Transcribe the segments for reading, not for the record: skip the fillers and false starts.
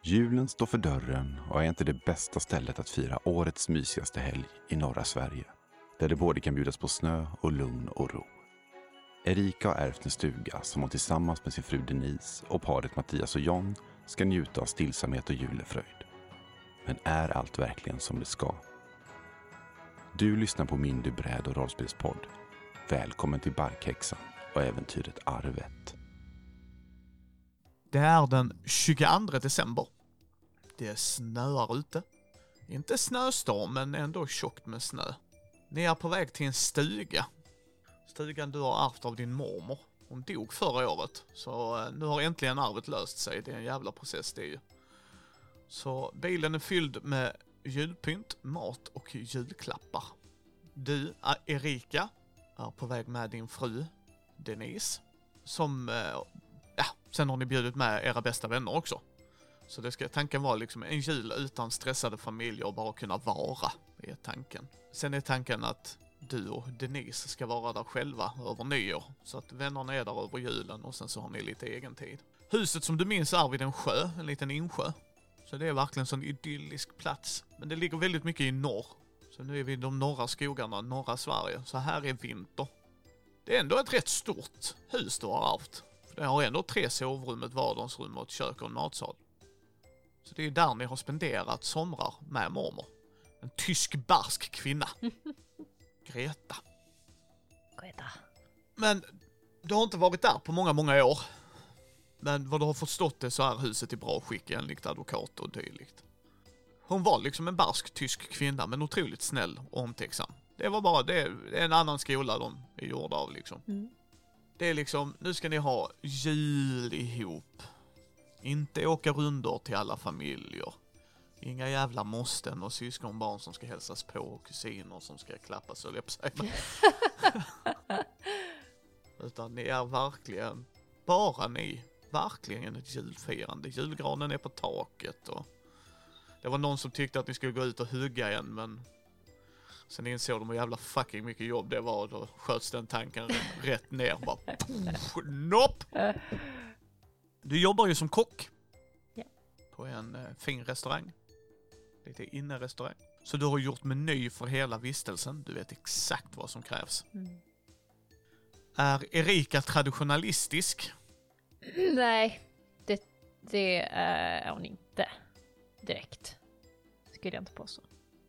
Julen står för dörren och är inte det bästa stället att fira årets mysigaste helg i norra Sverige. Där det både kan bjudas på snö och lugn och ro. Erika har ärvt en stuga som hon tillsammans med sin fru Denise och paret Mattias och John ska njuta av stillsamhet och julefröjd. Men är allt verkligen som det ska? Du lyssnar på min bräd- och rollspelspodd. Välkommen till Barkhäxan och äventyret Arvet. Det är den 22 december. Det snöar ute. Inte snöstorm, men ändå tjockt med snö. Ni är på väg till en stuga. Stugan du har ärvt av din mormor. Hon dog förra året, så nu har äntligen arvet löst sig. Det är en jävla process det är ju. Så bilen är fylld med julpynt, mat och julklappar. Du, Erika, är på väg med din fru Denise. Sen har ni bjudit med era bästa vänner också. Så tanken var liksom en jul utan stressade familjer och bara kunna vara, är tanken. Sen är tanken att du och Denise ska vara där själva över nyår. Så att vännerna är där över julen och sen så har ni lite egen tid. Huset som du minns är vid en sjö, en liten insjö. Så det är verkligen en sån idyllisk plats. Men det ligger väldigt mycket i norr. Så nu är vi i de norra skogarna, norra Sverige. Så här är vinter. Det är ändå ett rätt stort hus du har ärvt. Det har ändå 3 sovrum, ett vardagsrum och ett kök och en matsal. Så det är där ni har spenderat somrar med mormor. En tysk barsk kvinna. Greta. Men du har inte varit där på många, många år. Men vad du har förstått det så är huset i bra skick enligt advokat och dylikt. Hon var liksom en barsk tysk kvinna men otroligt snäll och omtänksam. Det var bara, det är en annan skola de är gjorda av liksom. Mm. Det är liksom, nu ska ni ha jul ihop. Inte åka rundor till alla familjer. Inga jävla måsten och syskonbarn som ska hälsas på och kusiner som ska klappas och läpp sig. Utan ni är verkligen, bara ni, verkligen ett julfirande. Julgranen är på taket och det var någon som tyckte att ni skulle gå ut och hugga igen men sen insåg de hur jävla fucking mycket jobb det var och då sköts den tanken rätt ner. Bara, nopp! Du jobbar ju som kock. Ja. På en fin restaurang. Lite innerestaurang. Så du har gjort meny för hela vistelsen. Du vet exakt vad som krävs. Mm. Är Erika traditionalistisk? Nej, det är hon inte direkt. Skulle jag inte påstå.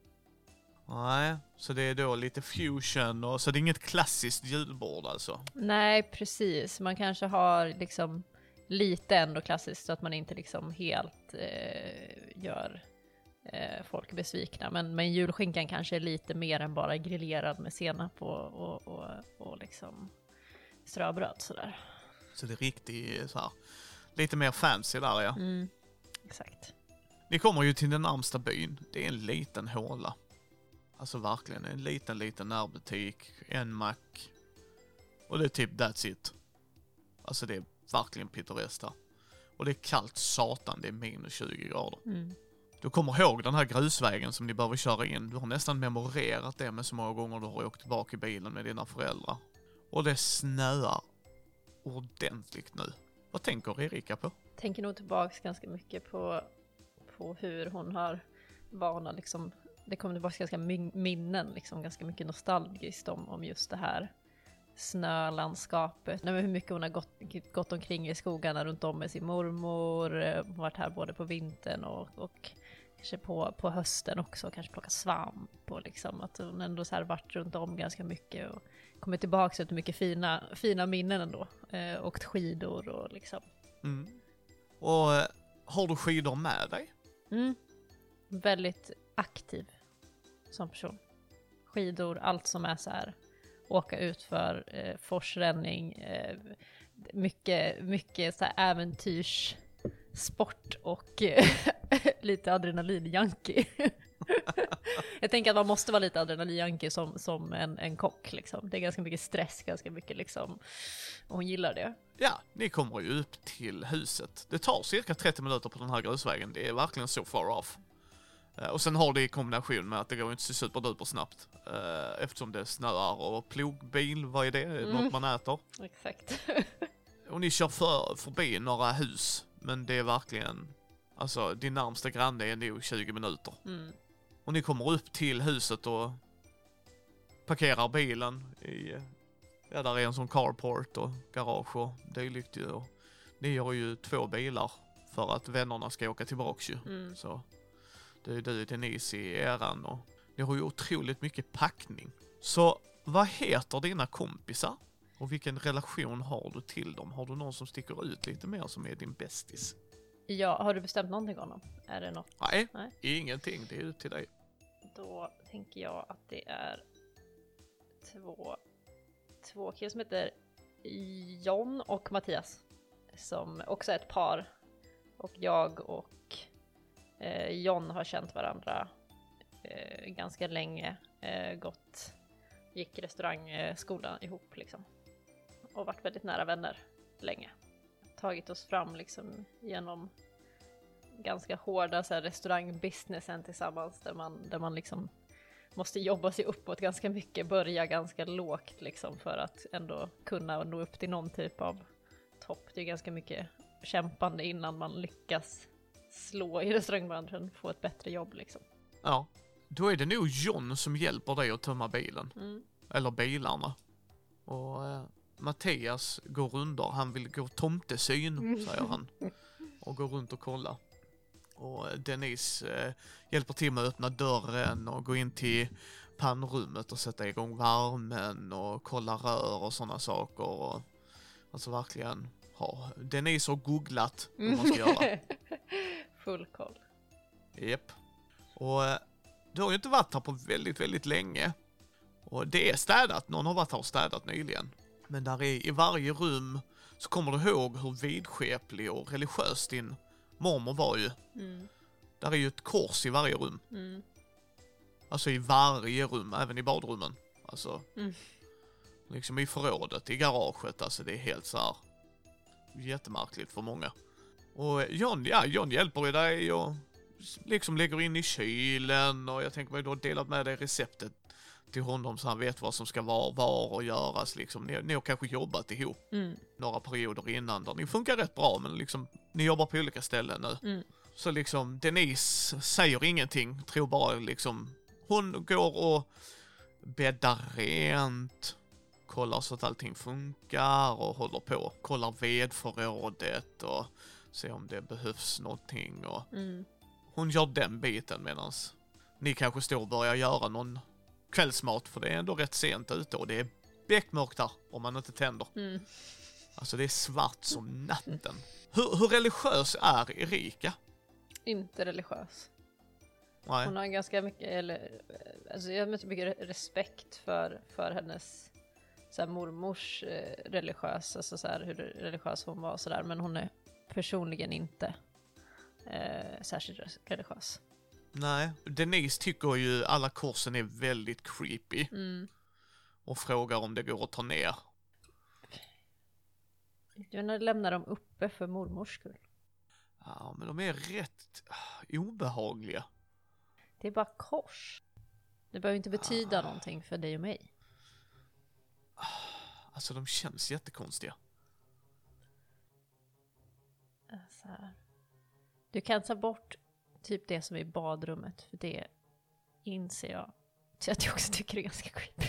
Nej, så det är då lite fusion och så det är inget klassiskt julbord alltså. Nej, precis. Man kanske har liksom lite ändå klassiskt så att man inte liksom helt gör folk besvikna. Men julskinkan kanske är lite mer än bara grillerad med senap och liksom ströbröd sådär. Så det är riktigt så här, lite mer fancy där ja. Mm, exakt. Ni kommer ju till den närmsta byn. Det är en liten håla. Alltså verkligen en liten närbutik, en mack. Och det är typ that's it. Alltså det är verkligen pittoreskt där. Och det är kallt satan, det är minus 20 grader. Mm. Du kommer ihåg den här grusvägen som ni behöver köra in. Du har nästan memorerat det med så många gånger du har åkt tillbaka i bilen med dina föräldrar. Och det snöar ordentligt nu. Vad tänker Erika på? Tänker nog tillbaka ganska mycket på hur hon har vana liksom. Det kommer tillbaka ganska minnen, liksom, ganska mycket nostalgiskt om just det här snölandskapet. Hur mycket hon har gått omkring i skogarna runt om med sin mormor, varit här både på vintern och kanske på hösten också, kanske plocka svamp och liksom att hon ändå så här varit runt om ganska mycket och kommit tillbaka till mycket fina minnen ändå. Åkt skidor och liksom. Mm. Och har du skidor med dig? Mm. Väldigt aktiv som person. Skidor, allt som är så här åka ut för forsränning, mycket så här äventyrssport och lite adrenalinjunkie. Jag tänker att man måste vara lite adrenalinjunkie som en kock liksom. Det är ganska mycket stress, ganska mycket liksom, och hon gillar det. Ja, ni kommer ju upp till huset. Det tar cirka 30 minuter på den här grusvägen. Det är verkligen så far off. Och sen har det i kombination med att det går inte så superduper snabbt. Eftersom det snöar och plogbil, vad är det? Något man äter. Exakt. Och ni kör förbi några hus. Men det är verkligen Alltså din närmsta granne är nog 20 minuter. Mm. Och ni kommer upp till huset och parkerar bilen i... Ja, där är en sån carport och garage och dylikt ju. Och ni har ju 2 bilar för att vännerna ska åka tillbaks ju. Mm. Så det är du, Denise, i eran och ni har ju otroligt mycket packning. Så vad heter dina kompisar? Och vilken relation har du till dem? Har du någon som sticker ut lite mer som är din bästis? Ja, har du bestämt någonting om dem? Är det något? Nej, Nej. Ingenting. Det är ut till dig. Då tänker jag att det är två killar som heter John och Mattias. Som också är ett par. Och jag och John har känt varandra ganska länge. Gick restaurangskolan ihop liksom. Och varit väldigt nära vänner länge. Tagit oss fram liksom genom ganska hårda så här, restaurangbusinessen tillsammans. Där man liksom måste jobba sig uppåt ganska mycket. Börja ganska lågt liksom för att ändå kunna nå upp till någon typ av topp. Det är ganska mycket kämpande innan man lyckas slå i restaurangbranschen. Få ett bättre jobb liksom. Ja, då är det nog John som hjälper dig att tömma bilen. Mm. Eller bilarna. Och Mattias går under. Han vill gå tomtesyn, säger han. Och går runt och kolla. Och Denise hjälper till med att öppna dörren och gå in till pannrummet och sätta igång värmen och kolla rör och sådana saker. Och, alltså verkligen Denise har googlat hur man ska göra. Full koll. Japp. Och du har ju inte varit här på väldigt, väldigt länge. Och det är städat. Någon har varit här och städat nyligen. Men där är i varje rum så kommer du ihåg hur vidskeplig och religiös din mormor var ju. Mm. Där är ju ett kors i varje rum. Mm. Alltså i varje rum, även i badrummen. Alltså, liksom i förrådet, i garaget. Alltså det är helt så här jättemärkligt för många. Och John hjälper ju dig och liksom lägger in i kylen. Och jag tänker mig då delat med dig receptet till honom så han vet vad som ska vara var och göras. Liksom. Ni har kanske jobbat ihop några perioder innan där ni funkar rätt bra, men liksom, ni jobbar på olika ställen nu. Mm. Så liksom Denise säger ingenting, tror bara liksom hon går och bäddar rent, kollar så att allting funkar och håller på. Kollar vedförrådet och ser om det behövs någonting. Och hon gör den biten medan ni kanske står och börjar göra någon kvällsmat, för det är ändå rätt sent ute och det är beckmörkt där om man inte tänder. Alltså det är svart som natten. Hur religiös är Erika? Inte religiös. Nej. Hon har ganska mycket, alltså jag har mycket respekt för hennes så här, mormors religiös, alltså så här, hur religiös hon var så där, men hon är personligen inte särskilt religiös. Nej, Denise tycker ju alla korsen är väldigt creepy. Och frågar om det går att ta ner. Jag lämnar dem uppe för mormors skull. Ja, men de är rätt obehagliga. Det är bara kors. Det behöver inte betyda någonting för dig och mig. Alltså de känns jättekonstiga. Så här. Du kan ta bort typ det som är i badrummet, för det inser jag. Så att jag också tycker det är ganska creepy.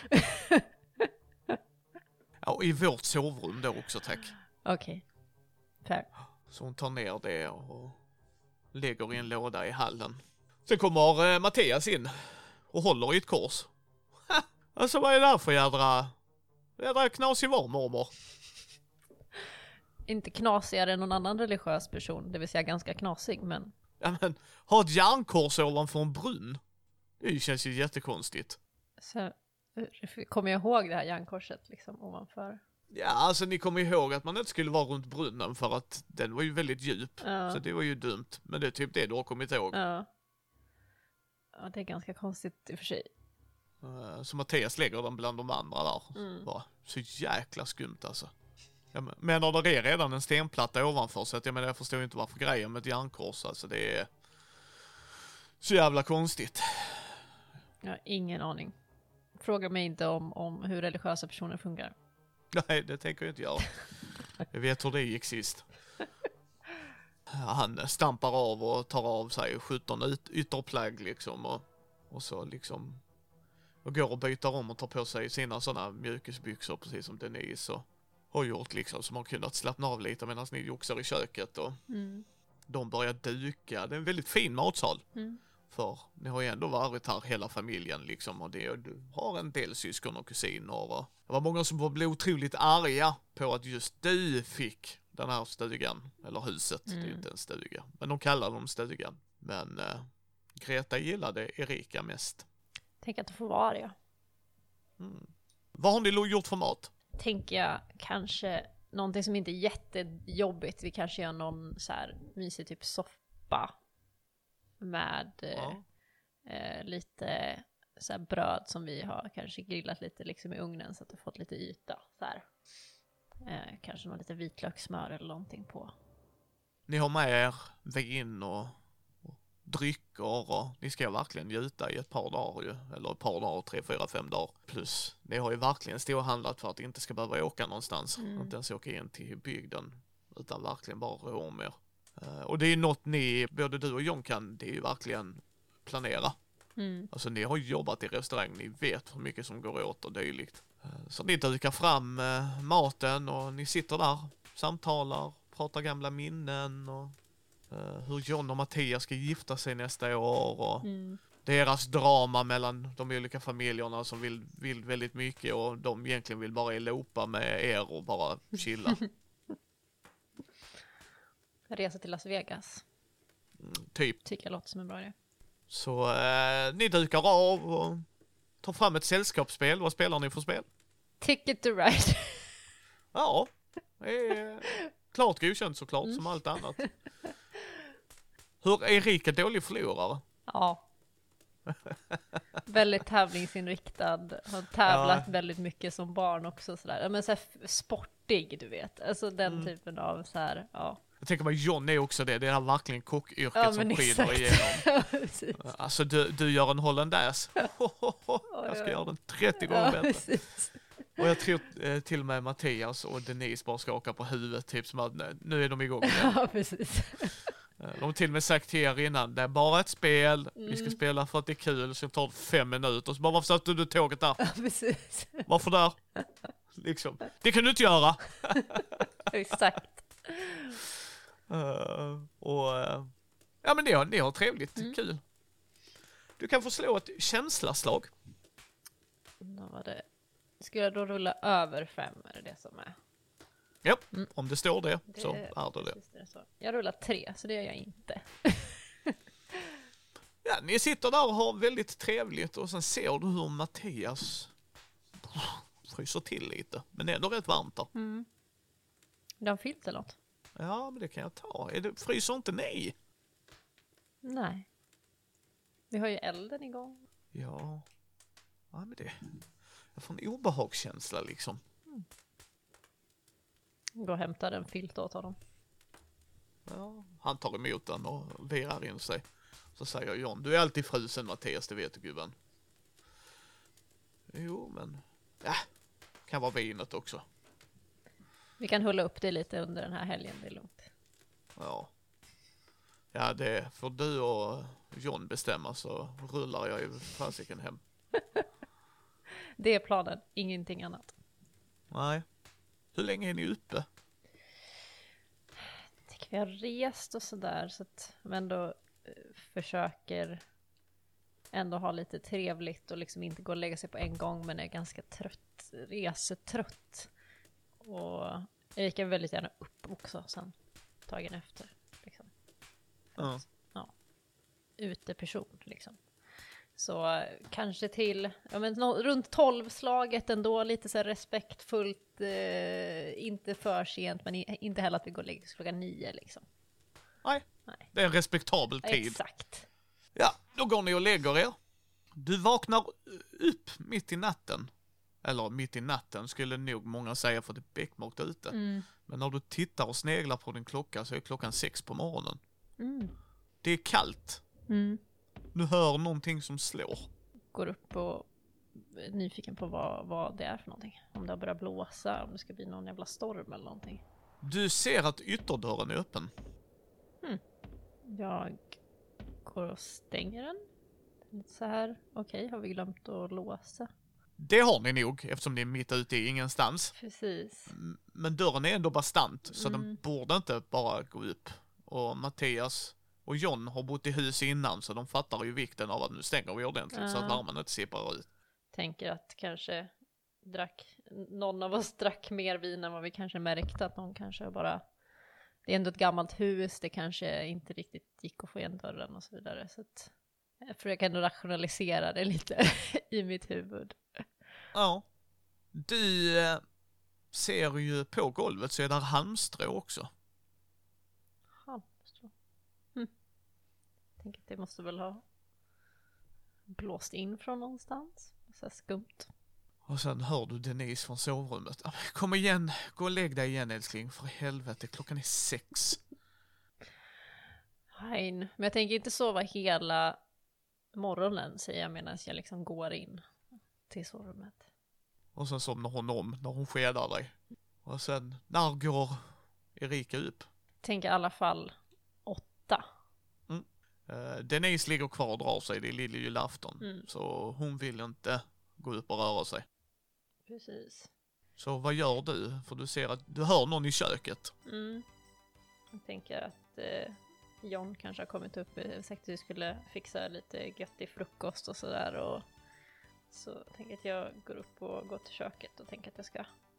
Ja, och i vårt sovrum då också, tack. Okej. Fair. Så hon tar ner det och lägger i en låda i hallen. Sen kommer Mattias in och håller i ett kors. Alltså vad är det här för jädra knasig mormor? Inte knasigare än någon annan religiös person, det vill säga ganska knasig, men... Ja, men ha ett järnkors ovanför en brunn? Det känns ju jättekonstigt. Så kommer jag ihåg det här järnkorset liksom ovanför? Ja, alltså ni kommer ihåg att man inte skulle vara runt brunnen för att den var ju väldigt djup. Ja. Så det var ju dumt. Men det är typ det du har kommit ihåg. Ja. Ja, det är ganska konstigt i och för sig. Så Mattias lägger den bland de andra där. Bara, så jäkla skumt alltså. Men när det är redan en stenplatta ovanför, så att jag förstår inte varför grejen med ett järnkors, alltså det är så jävla konstigt. Jag har ingen aning. Fråga mig inte om hur religiösa personer funkar. Nej, det tänker jag inte göra. Jag vet hur det gick sist. han stampar av och tar av sig 17 ytterplagg liksom och så liksom och går och byter om och tar på sig sina sådana mjukisbyxor precis som Denise och har gjort liksom, som har kunnat slappna av lite medan ni joxar i köket och de börjar duka. Det är en väldigt fin matsal. För ni har ju ändå varit här hela familjen liksom och du har en del syskon och kusiner och det var många som blev otroligt arga på att just du fick den här stugan, eller huset, det är ju inte en stuga, men de kallar dem stugan. Men Greta gillade Erika mest. Tänk att det får vara det. Vad har ni gjort för mat? Tänker jag kanske någonting som inte är jättejobbigt. Vi kanske gör någon så här mysig typ soppa med lite så här bröd som vi har kanske grillat lite liksom i ugnen så att det fått lite yta så här. Kanske någon lite vitlökssmör eller någonting på. Ni har med er vin och drycker och ni ska verkligen njuta i ett par dagar ju. Eller ett par dagar, 3, 4, 5 dagar. Plus, ni har ju verkligen storhandlat för att inte ska behöva åka någonstans. Inte ens åka in till bygden. Utan verkligen bara rå om er. Och det är något ni, både du och John kan, det är ju verkligen planera. Alltså ni har jobbat i restaurang, ni vet hur mycket som går åt och dylikt. Så ni dukar fram maten och ni sitter där, samtalar, pratar gamla minnen och hur John och Mattias ska gifta sig nästa år och deras drama mellan de olika familjerna som vill väldigt mycket och de egentligen vill bara elopa med er och bara chilla. Resa till Las Vegas. Typ. Tycker jag låter som en bra idé. Så ni dukar av och tar fram ett sällskapsspel. Vad spelar ni för spel? Ticket to Ride. Ja, det är klart godkänt såklart som allt annat. Hur är Erika dålig förlorare? Ja. Väldigt tävlingsinriktad. Har tävlat väldigt mycket som barn också sådär. Men så här sportig, du vet. Alltså den typen av så här, ja. Jag tänker mig John är också det. Det är verkligen kockyrket som skiner igenom. Alltså du gör en hollandaise. Jag ska göra den 30 gånger bättre. Precis. Och jag tror till och med Mattias och Denise bara skakar på huvudet typ som att nu är de igång igen. Ja, precis. De har till och med sagt till er innan, det är bara ett spel, vi ska spela för att det är kul, så tar det 5 minuter. Så bara, varför satt du tåget där? Ja, precis. Varför där? Liksom. Det kan du inte göra! Exakt. Ja men det har trevligt, kul. Du kan få slå ett känslaslag. Då var det. Skulle jag då rulla över 5? Är det som är? Ja, om det står det så är det det. Så. Jag rullar 3, så det gör jag inte. Ja, ni sitter där och har väldigt trevligt och sen ser du hur Mattias fryser till lite. Men det är ändå rätt varmt där. Du har fyllt eller något? Ja, men det kan jag ta. Fryser inte ni? Nej. Vi har ju elden igång. Ja men det... Jag får en obehagskänsla liksom. Gå och hämta den filt åt honom. Ja, han tar emot den och virar in sig. Så säger John, du är alltid frusen Mattias, det vet du gubben. Jo, men... kan vara vinet också. Vi kan hålla upp det lite under den här helgen, det är lugnt. Ja, det får du och John bestämma så rullar jag ju fasiken hem. Det är planen, ingenting annat. Nej. Hur länge är ni uppe? Jag tycker vi har rest och sådär så att vi ändå försöker ändå ha lite trevligt och liksom inte gå och lägga sig på en gång men är ganska trött, resetrött. Och jag gick väldigt gärna upp också sen dagen efter. Liksom. Ja. Uteperson liksom. Så kanske till runt 12-slaget ändå, lite så här respektfullt, inte för sent men inte heller att vi går och lägger oss klockan 9 liksom. Nej, det är en respektabel tid. Exakt. Ja, då går ni och lägger er. Du vaknar upp mitt i natten. Eller mitt i natten skulle nog många säga för det är bäckmörkt ute. Men när du tittar och sneglar på din klocka så är klockan 6 på morgonen. Det är kallt. Du hör någonting som slår. Går upp och är nyfiken på vad det är för någonting. Om det har börjat blåsa, om det ska bli någon jävla storm eller någonting. Du ser att ytterdörren är öppen. Jag går och stänger den. Lite så här. Okej, har vi glömt att låsa? Det har ni nog, eftersom ni är mitt ute i ingenstans. Precis. Men dörren är ändå bastant, så den borde inte bara gå upp. Och Mattias och John har bott i hus innan, så de fattar ju vikten av att nu stänger vi ordentligt så att värmen inte sipprar ut. Tänker att kanske någon av oss drack mer vin än vad vi kanske märkte, att någon kanske bara, det är ändå ett gammalt hus, det kanske inte riktigt gick att få igen dörren och så vidare, så att jag försöker ändå rationalisera det lite i mitt huvud. Ja. Du ser ju på golvet så är där halmstrå också. Halmstrå. Jag tänker att det måste väl ha blåst in från någonstans. Så här skumt. Och sen hör du Denise från sovrummet. Kom igen, gå och lägg dig igen älskling, för helvete, klockan är 6. Fine. Men jag tänker inte sova hela morgonen, säger jag medan jag liksom går in till sovrummet. Och sen somnar hon om när hon skedar dig. Och sen, när går Erika upp? Tänker i alla fall 8. Denise ligger kvar och drar sig, det är lilljulafton. Så hon vill inte gå upp och röra sig. Precis. Så vad gör du? För du ser att du hör någon i köket. Jag tänker att John kanske har kommit upp och sagt att vi skulle fixa lite göttig frukost och sådär. Och så tänker jag att jag går upp och går till köket och tänker att jag ska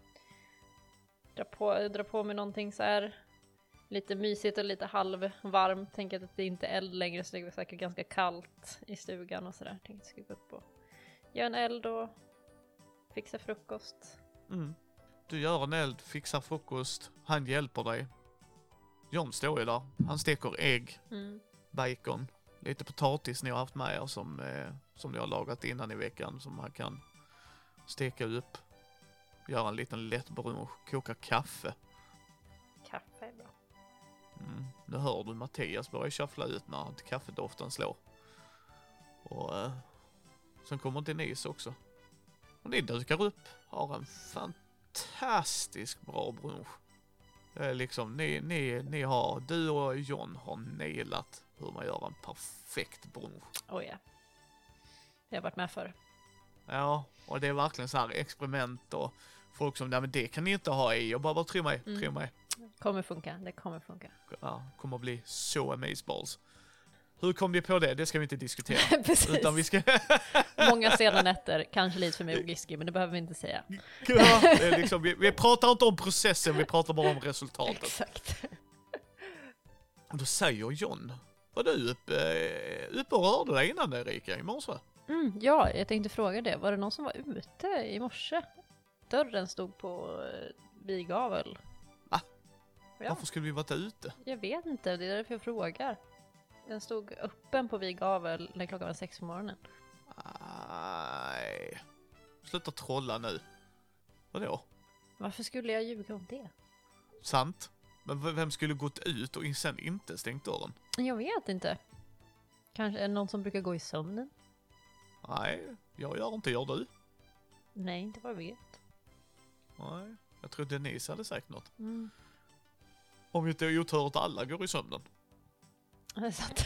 dra på mig någonting så här lite mysigt och lite halvvarmt. Tänker att det inte är eld längre, så det är säkert ganska kallt i stugan och sådär. Tänker att jag ska gå upp och göra en eld och fixa frukost. Du gör en eld, fixar frukost, han hjälper dig. John står ju där, han steker ägg, bacon, lite potatis ni har haft med er som ni har lagat innan i veckan, som han kan steka upp, göra en liten lätt brunch, koka kaffe. Kaffe är bra. Nu hör du Mattias börja shuffla ut när kaffedoften slår. Och sen kommer Denise också. Och ni dukar upp, har en fantastisk bra brunch. Det är liksom, ni har, du och John har nailat hur man gör en perfekt brunch. Oh ja. Det har varit med för. Ja, och det är verkligen så här experiment och folk som, nej men det kan ni inte ha i, och bara tro mig. Det kommer funka. Ja, kommer bli så amazeballs. Hur kom vi på det? Det ska vi inte diskutera. Precis. Utan vi ska... Många sena nätter, kanske lite för mycket whisky, men det behöver vi inte säga. Ja, det är liksom, vi pratar inte om processen, vi pratar bara om resultatet. Exakt. Och då säger John, var du uppe och rörde dig innan Erika i morse? Ja, jag tänkte fråga det. Var det någon som var ute i morse? Dörren stod på vid gavel. Va? Ja. Varför skulle vi varit ute? Jag vet inte, det är därför jag frågar. Den stod öppen på vid gavel när klockan var 6 på morgonen. Nej. Sluta trolla nu. Vadå? Varför skulle jag ljuga om det? Sant. Men vem skulle gått ut och sen inte stängt dörren? Jag vet inte. Kanske är det någon som brukar gå i sömnen? Nej, jag gör inte. Gör du? Nej, inte vad jag vet. Nej, jag tror Denise hade sagt något. Om vi inte är otur att alla går i sömnen. Det är sant.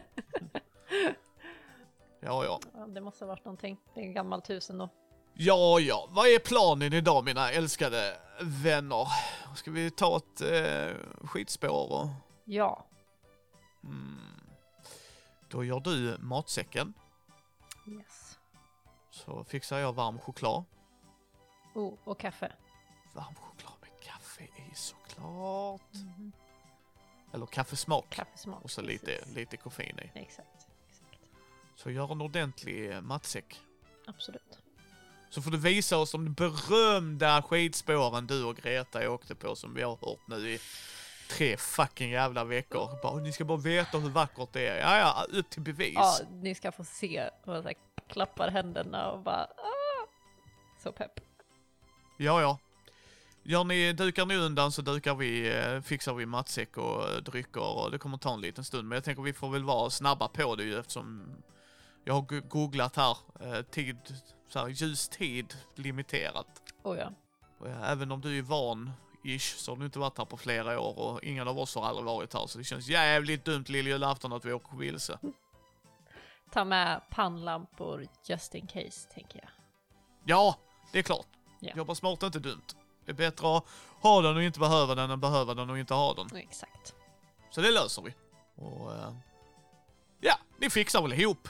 Ja. Det måste ha varit någonting. Det är en gammal tusen då. Ja. Vad är planen idag, mina älskade vänner? Ska vi ta ett skidspår? Och... Ja. Då gör du matsäcken. Yes. Så fixar jag varm choklad. Och kaffe. Varm choklad med kaffe är såklart. Eller kaffesmak. Kaffesmak. Och så lite koffein i. Exakt. Så gör en ordentlig matsäck. Absolut. Så får du visa oss de berömda skidspåren du och Greta åkte på, som vi har hört nu i 3 fucking jävla veckor. Ni ska bara veta hur vackert det är. Ja, upp till bevis. Ja, ni ska få se. Och så klappar händerna och bara... Så pepp. Ja. Dukar ni undan så fixar vi matsäck och drycker, och det kommer ta en liten stund. Men jag tänker vi får väl vara snabba på det ju, eftersom jag har googlat här. Ljustid limiterat. Oh ja. Och även om du är van ish, så har du inte varit här på flera år och ingen av oss har aldrig varit här. Så det känns jävligt dumt lilljulafton att vi åker vilse. Ta med pannlampor just in case, tänker jag. Ja, det är klart. Ja. Jobba smart är inte dumt. Det är bättre att ha den och inte behöva den än behöva den och inte ha den. Exakt. Så det löser vi. Och ja, ni fixar väl ihop.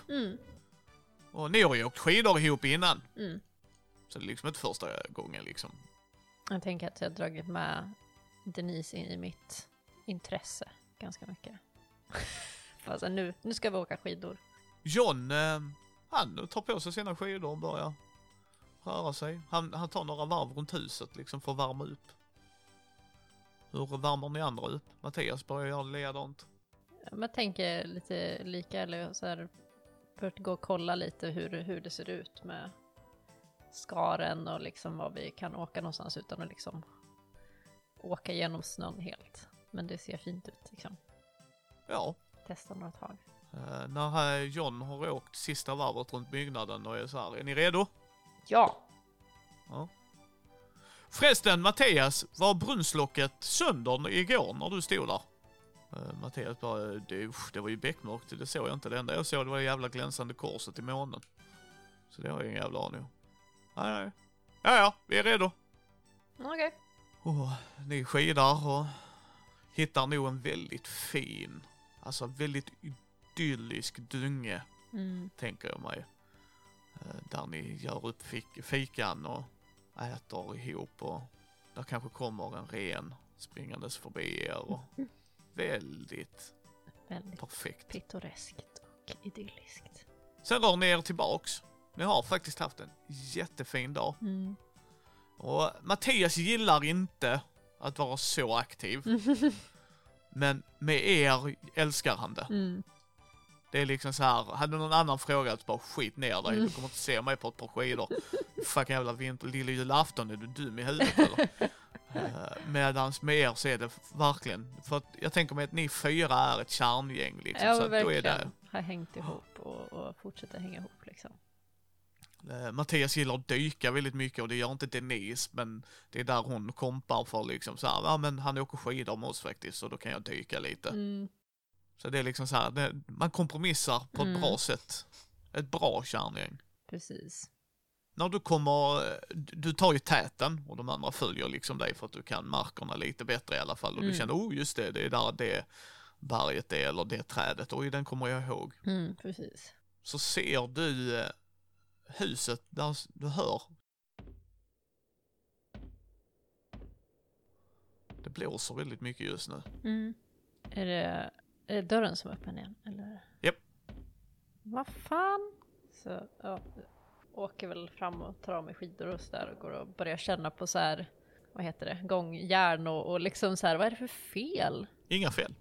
Och ni har ju åkt skidor ihop innan. Så det är liksom inte första gången liksom. Jag tänker att jag har dragit med Denise in i mitt intresse ganska mycket. Alltså nu ska vi åka skidor. John, han tar på sig sina skidor och börjar röra sig. Han tar några varv runt huset liksom för att värma upp. Hur värmer ni andra upp? Mattias börjar göra ledant. Jag tänker lite lika, eller så här, för att gå och kolla lite hur det ser ut med skaren och liksom var vi kan åka någonstans utan att liksom åka genom snön helt. Men det ser fint ut liksom. Ja. Testa några tag. När John har åkt sista varvet runt byggnaden och är så här, är ni redo? Ja. Ja. Förresten, Mattias, var brunnslocket sönder igår när du stod där? Mattias bara, det var ju bäckmörkt, det såg jag inte. Det enda jag såg det var det jävla glänsande korset i månen. Så det har jag ingen jävla aning om. Nej. Ja, vi är redo. Okej. Ni skidar och hittar nog en väldigt fin, alltså väldigt idyllisk dunge, tänker jag mig. Där ni gör upp fikan och äter ihop och där kanske kommer en ren springandes förbi er och väldigt perfekt. Pittoreskt och idylliskt. Sen rör ni er tillbaks. Ni har faktiskt haft en jättefin dag. Och Mattias gillar inte att vara så aktiv. Men med er älskar han det. Det är liksom så här, hade någon annan frågat bara skit ner dig, du kommer inte se mig på ett par skidor. Fucking jävla lilla julafton, är du dum i huvudet eller? Medans med er så är det verkligen, för att jag tänker mig att ni 4 är ett kärngäng liksom. Ja, så att verkligen. Då är det... har hängt ihop och fortsätter hänga ihop liksom. Mattias gillar att dyka väldigt mycket och det gör inte Denise, men det är där hon kompar för liksom så här, ja men han åker skidor med oss faktiskt så då kan jag dyka lite. Så det är liksom så här, man kompromissar på ett bra sätt. Ett bra kärngäng. Precis. När du kommer, du tar ju täten och de andra följer liksom dig för att du kan markerna lite bättre i alla fall. Och du känner, just det är där det berget är eller det trädet. Och den kommer jag ihåg. Precis. Så ser du huset där du hör. Det blåser väldigt mycket just nu. Är det dörren som är öppen igen? Eller? Japp. Vad fan? Så ja, åker väl fram och tar av mig skidor och så där och går och börjar känna på så här, vad heter det, gångjärn och liksom så här, vad är det för fel? Inga fel.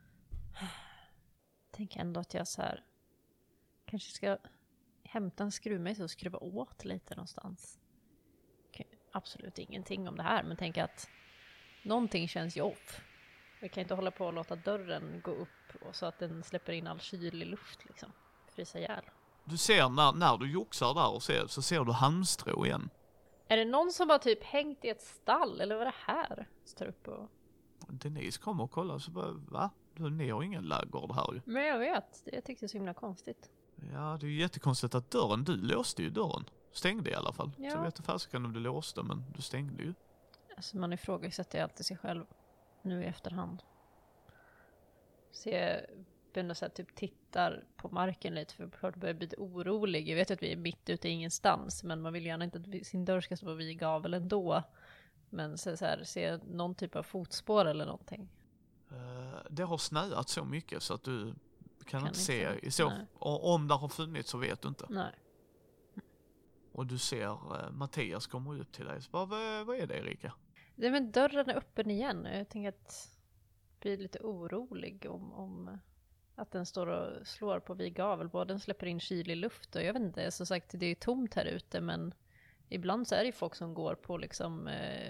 Tänker ändå att jag så här kanske ska hämta en skruvmejsel och skruva åt lite någonstans. Absolut ingenting om det här, men tänker att någonting känns ju off. Vi kan inte hålla på och låta dörren gå upp och så att den släpper in all kylig luft liksom. Frysa ihjäl. Du ser när du joxar där och så ser du halmstrå igen. Är det någon som har typ hängt i ett stall eller vad är det här? Står upp och... Denise kommer och kollar så bara, va? Ni har ingen laggård här ju. Men jag vet, jag tyckte det var så himla konstigt. Ja, det är ju jättekonstigt att du låste ju dörren. Stängde i alla fall. Ja. Så jag vet inte fasiken om du låste, men du stängde ju. Alltså man ifrågasätter ju alltid sig själv nu i efterhand. Så jag börjar så här, typ tittar på marken lite för jag börjar bli lite orolig. Jag vet att vi är mitt ute i ingenstans, men man vill gärna inte att sin dörr ska stå på vid gavel ändå. Men så här, se någon typ av fotspår eller någonting. Det har snöat så mycket så att du kan inte se. Nej. Om det har funnits så vet du inte. Nej. Och du ser Mattias kommer upp till dig. Så bara, vad är det, Erika? Nej, men dörren är öppen igen. Jag tänker att jag blir lite orolig om att den står och slår på vid gavel. Den släpper in kylig luft och jag vet inte, så sagt det är tomt här ute, men ibland så är det ju folk som går på liksom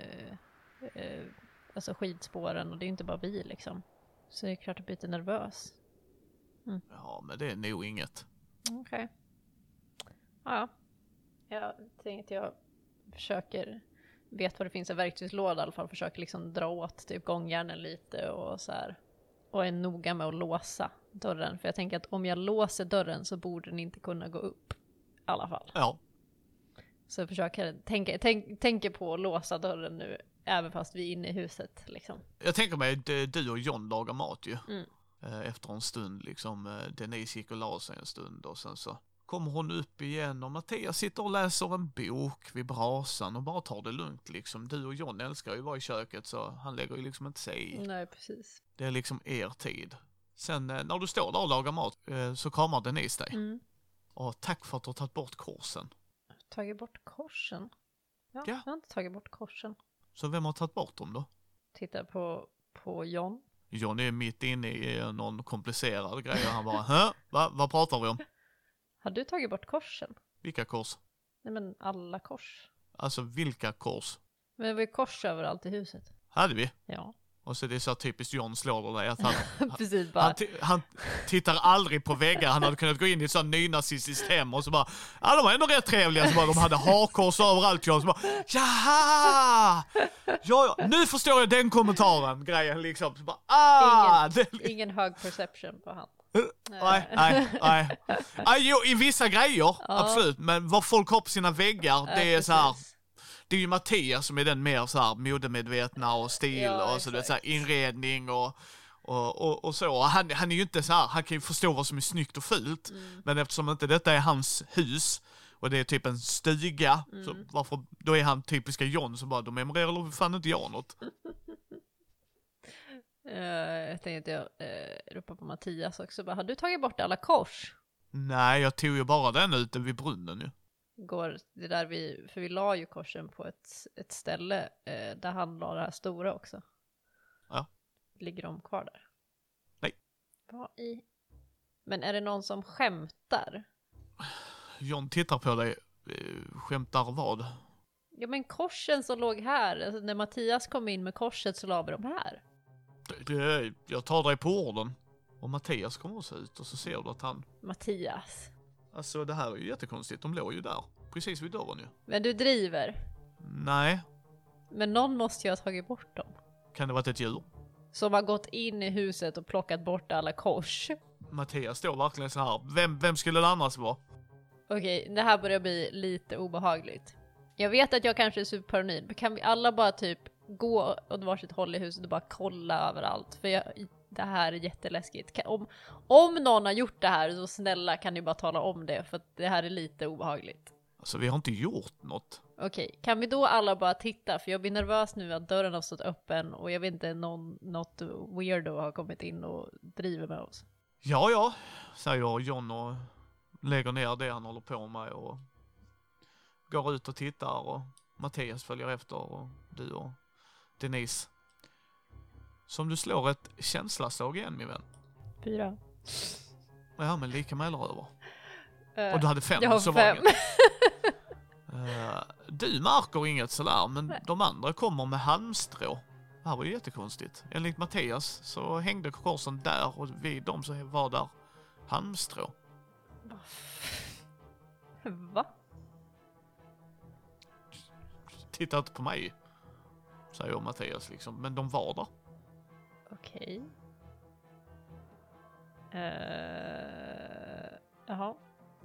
alltså skidspåren och det är inte bara vi liksom. Så det är klart att jag blir lite nervös. Ja, men det är nog inget. Okej. Ja. Jag tänkte att jag försöker vet vad det finns en verktygslåda i alla fall, försöker liksom dra åt typ gångjärnen lite och så här. Och är noga med att låsa dörren. För jag tänker att om jag låser dörren så borde den inte kunna gå upp. I alla fall. Ja. Så jag försöker tänker på att låsa dörren nu. Även fast vi är inne i huset liksom. Jag tänker mig du och John lagar mat ju. Mm. Efter en stund liksom. Denise gick och la sig en stund och sen så kommer hon upp igen och Mattias sitter och läser en bok vid brasan och bara tar det lugnt liksom. Du och John älskar ju att vara i köket så han lägger ju liksom inte sig i. Nej, precis. Det är liksom er tid. Sen när du står där och lagar mat så kramar Denise dig. Mm. Och tack för att du har tagit bort korsen. Tagit bort korsen? Ja, Ja. jag har inte tagit bort korsen. Så vem har tagit bort dem då? Titta på John. John är mitt inne i någon komplicerad grej och han bara, vad pratar vi om? Har du tagit bort korsen? Vilka kors? Nej men alla kors. Alltså vilka kors? Men det var ju kors överallt i huset. Hade vi? Ja. Och så det är så typiskt John slår dig att han, Precis bara. han tittar aldrig på väggar. Han hade kunnat gå in i ett sånt nynazistiskt hem och så bara, ja de var ändå rätt trevliga. Så bara, de hade hakkors överallt. John så bara, jaha! Ja, nu förstår jag den kommentaren. Grejen liksom. Så bara, Ingen hög perception på han. Nej. Jo, i vissa grejer, absolut. Men vad folk har på sina väggar, det är så här. Det är ju Mattias som är den mer så här modemedvetna och stil och så, det är så här inredning och så. Han är ju inte så här, han kan ju förstå vad som är snyggt och fult. Men eftersom inte detta är hans hus och det är typ en stuga, så då är han typiska John som bara, de memorerar fan inte jag något. Jag tänkte att jag ropar på Mattias också. Bara, har du tagit bort alla kors? Nej, jag tog ju bara den ute vid brunnen ju. Det där för vi la ju korsen på ett ställe där han la det här stora också. Ja. Ligger de kvar där? Nej. Men är det någon som skämtar? John tittar på dig. Skämtar vad? Ja men korsen som låg här. Alltså, när Mattias kom in med korset så la vi dem här. Jag tar dig på orden. Och Mattias kommer också ut och så ser du att han... Mattias. Alltså det här är ju jättekonstigt. De låg ju där. Precis vid dörren ju. Men du driver. Nej. Men någon måste ju ha tagit bort dem. Kan det vara ett djur? Som har gått in i huset och plockat bort alla kors. Mattias står verkligen så här. Vem skulle det annars vara? Okej, det här börjar bli lite obehagligt. Jag vet att jag kanske är superparanoid. Men kan vi alla bara typ gå åt varsitt håll i huset och bara kolla överallt? För det här är jätteläskigt. Om någon har gjort det här så snälla kan ni bara tala om det. För att det här är lite obehagligt. Alltså vi har inte gjort något. Okej, kan vi då alla bara titta? För jag blir nervös nu att dörren har stått öppen. Och jag vet inte, något weirdo har kommit in och driver med oss. Ja, säger John och lägger ner det han håller på med och går ut och tittar och Mattias följer efter och du och Denise. Som du slår ett känslaslag igen, min vän. 4. Ja, men lika med eller över. Och du hade 5. Jag har så 5. Du märker inget sådär, men de andra kommer med halmstrå. Det här var ju jättekonstigt. Enligt Mattias så hängde korsen där och vid dem så var där halmstrå. Va? Titta inte på mig, säger Mattias liksom. Men de var där. Okej. Jaha.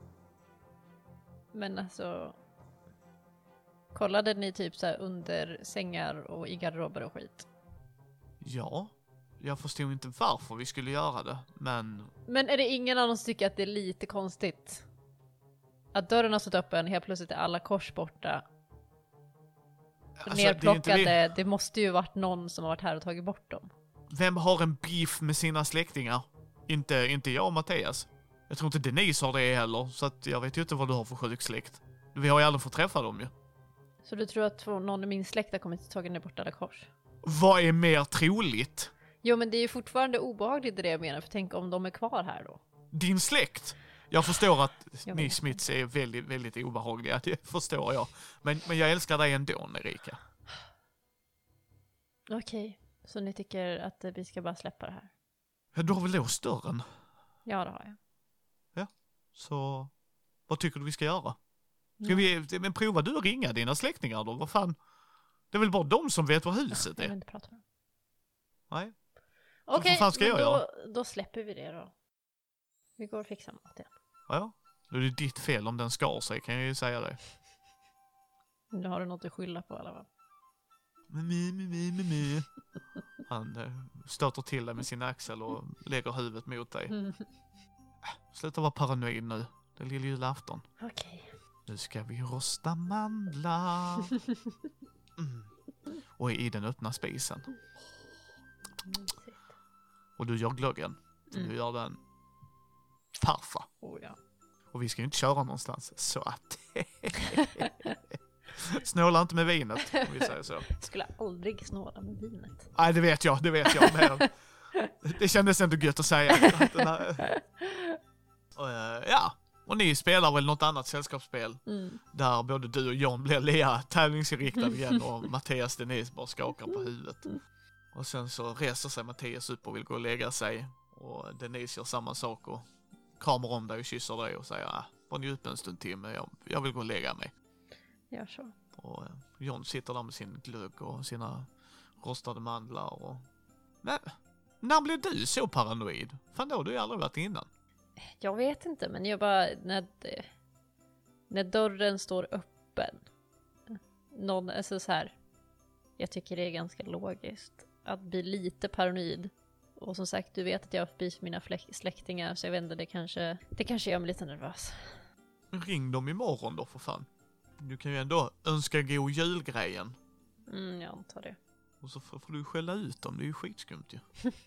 Men alltså... Kollade ni typ så här under sängar och i garderober och skit? Ja, jag förstod inte varför vi skulle göra det, men... Men är det ingen annan som tycker att det är lite konstigt? Att dörren har stått öppen, helt plötsligt är alla kors borta. Alltså, nerplockade, det måste ju varit någon som har varit här och tagit bort dem. Vem har en beef med sina släktingar? Inte jag och Mattias. Jag tror inte Denise har det heller, så att jag vet ju inte vad du har för sjuk släkt. Vi har ju aldrig fått träffa dem ju. Så du tror att någon i min släkt har kommit och tagit ner bort alla kors? Vad är mer troligt? Jo, men det är ju fortfarande obehagligt det jag menar, för tänk om de är kvar här då. Din släkt? Jag förstår att ni Smiths är väldigt, väldigt obehagliga, det förstår jag. Men jag älskar dig ändå, Erika. Okej, så ni tycker att vi ska bara släppa det här? Ja, du har väl låst dörren? Ja, det har jag. Ja, så vad tycker du vi ska göra? Ska vi, men prova du att ringa dina släktingar då? Vad fan? Det är väl bara de som vet vad huset Jag vill är? inte prata med dem. Nej. Okej, vad fan ska jag göra? då släpper vi det då. Vi går och fixar mat igen. Ja. Då är det ditt fel om den skar sig, kan jag ju säga det. Nu har du något att skylla på i alla fall. Han stöter till dig med sin axel och lägger huvudet mot dig. Sluta vara paranoid nu. Det är lilljulafton. Okej. Nu ska vi rosta mandlar. Och i den öppna spisen. Och du gör glöggen. Du gör den farfa. Oh, ja. Och vi ska ju inte köra någonstans. Så att... Snåla inte med vinet, om vi säger så. Jag skulle aldrig snåla med vinet. Nej, det vet jag. Men det kändes ändå gött att säga. Och ni spelar väl något annat sällskapsspel. Där både du och John blir lea tävlingsinriktad igen och Mattias Denise bara skakar på huvudet. Och sen så reser sig Mattias upp och vill gå och lägga sig. Och Denise gör samma sak och kramar om dig och kysser dig och säger bara njut en stund till, men jag vill gå och lägga mig. Gör så. Och John sitter där med sin glögg och sina rostade mandlar och... Men när blev du så paranoid? Fan, då har du ju aldrig varit innan. Jag vet inte, men jag bara... När dörren står öppen. Alltså så här. Jag tycker det är ganska logiskt att bli lite paranoid. Och som sagt, du vet att jag har förbi mina släktingar, så jag vet inte, det kanske gör mig lite nervös. Ring dem imorgon då, för fan. Du kan ju ändå önska god jul-grejen. Jag antar det. Och så får du skälla ut dem, det är ju skitskumt ju.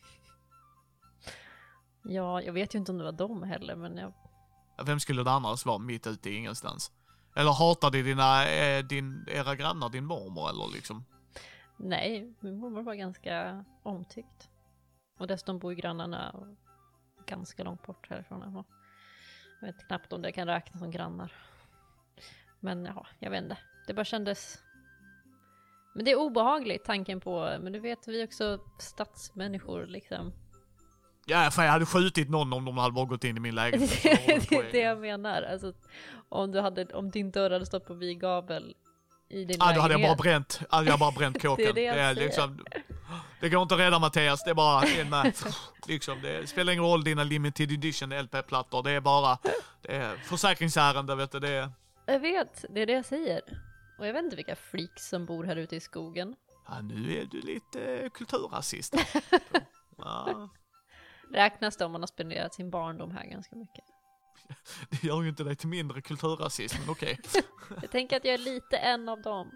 Ja, jag vet ju inte om det var dem heller, men jag... Vem skulle det annars vara mitt ute i ingenstans? Eller hatar de era grannar, din mormor eller liksom? Nej, min mormor var ganska omtyckt. Och dessutom bor grannarna ganska långt bort härifrån. Jag vet knappt om det kan räknas som grannar. Men ja, jag vet inte. Det bara kändes... Men det är obehagligt, tanken på... Men du vet, vi är också stadsmänniskor liksom. Ja, för jag hade skjutit någon om de hade bara gått in i min lägenhet. Det är det jag menar. Alltså, om din dörr hade stått på vid gavel i din lägenhet. Då hade jag bara bränt kåken. Det är det jag säger. Liksom, det går inte att rädda Mattias, det är bara en med. Liksom, det spelar ingen roll dina limited edition LP-plattor, det är bara försäkringsärende, vet du, det är... Jag vet, det är det jag säger. Och jag vet inte vilka freaks som bor här ute i skogen. Ja, nu är du lite kulturrasist. Ja. Räknas det om man har spenderat sin barndom här ganska mycket? Det gör ju inte dig till mindre kulturrasist, men okej. Jag tänker att jag är lite en av dem.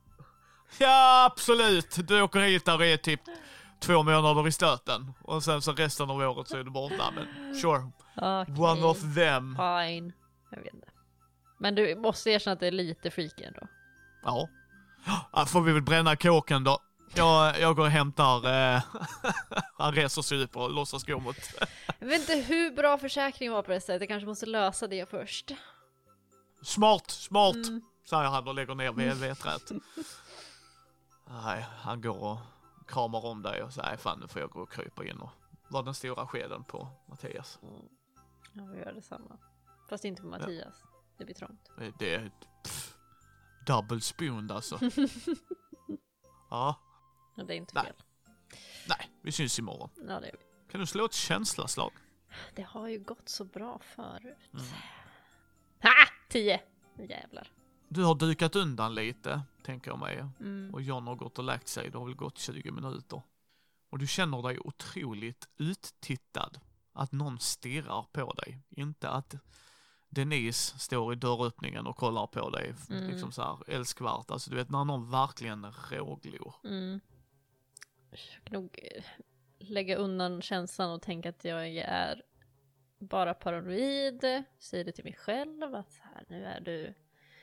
Ja, absolut. Du åker hit där och är typ 2 månader i stöten. Och sen så resten av året så är du borta. Men sure. Okay. One of them. Fine. Jag vet inte. Men du måste erkänna att det är lite freaky ändå. Ja. Får vi väl bränna kåken då. Jag går och hämtar... han reser sig upp och låtsas gå mot... Jag vet inte hur bra försäkringen var på det sättet. Jag kanske måste lösa det först. Smart, säger han och lägger ner vedträet. Nej, han går och kramar om dig och säger fan, nu får jag gå och krypa in och vara den stora skeden på Mattias. Ja, vi gör detsamma. Fast inte på Mattias. Ja. Det blir trångt. Det är double spoon alltså. Ja. Ja, det är inte fel. Nej, vi syns imorgon. Ja, det gör vi. Kan du slå ett känslaslag? Det har ju gått så bra förut. Ha! 10! Jävlar. Du har dukat undan lite, tänker jag mig. Och John har gått och lagt sig. Det har väl gått 20 minuter. Och du känner dig otroligt uttittad. Att någon stirrar på dig. Inte att Denise står i dörröppningen och kollar på dig. Liksom så här älskvärt. Alltså du vet, när någon verkligen råglor. Jag försöker nog lägga undan känslan och tänka att jag är bara paranoid. Säger det till mig själv att så här, nu är du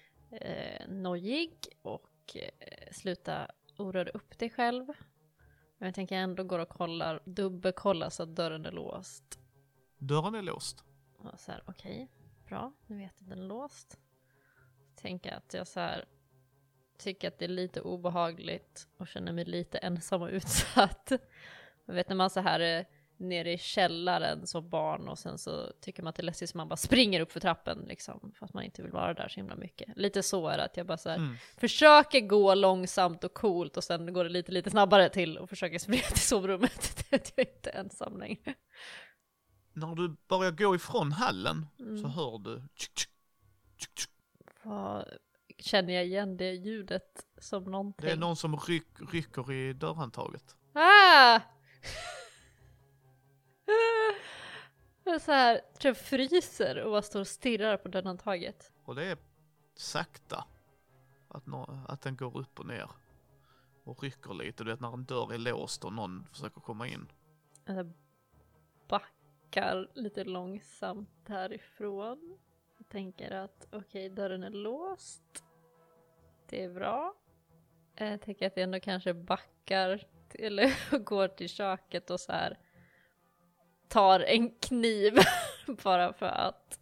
nojig och sluta oroa upp dig själv. Men jag tänker ändå gå och dubbelkolla så att dörren är låst. Dörren är låst. Och så här, okej, bra, nu vet jag att den är låst. Tänker att jag så här tycker att det är lite obehagligt och känner mig lite ensam och utsatt. Jag vet när man så här nere i källaren som barn och sen så tycker man att det är läskigt så man bara springer upp för trappen liksom, för att man inte vill vara där så himla mycket. Lite så är det att jag bara så här, försöker gå långsamt och coolt och sen går det lite snabbare till och försöker springa till sovrummet. Att jag inte är ensam längre. När du börjar gå ifrån hallen så hör du känner jag igen det ljudet som någonting. Det är någon som rycker i dörrhandtaget. Ah! Jag så här, tror jag fryser och bara står och stirrar på dörrhandtaget. Och det är sakta att den går upp och ner och rycker lite. Du vet när en dörr är låst och någon försöker komma in. Jag backar lite långsamt härifrån. Jag tänker att okej, dörren är låst. Det är bra. Jag tänker att jag ändå kanske backar eller går till köket och så här tar en kniv bara för att.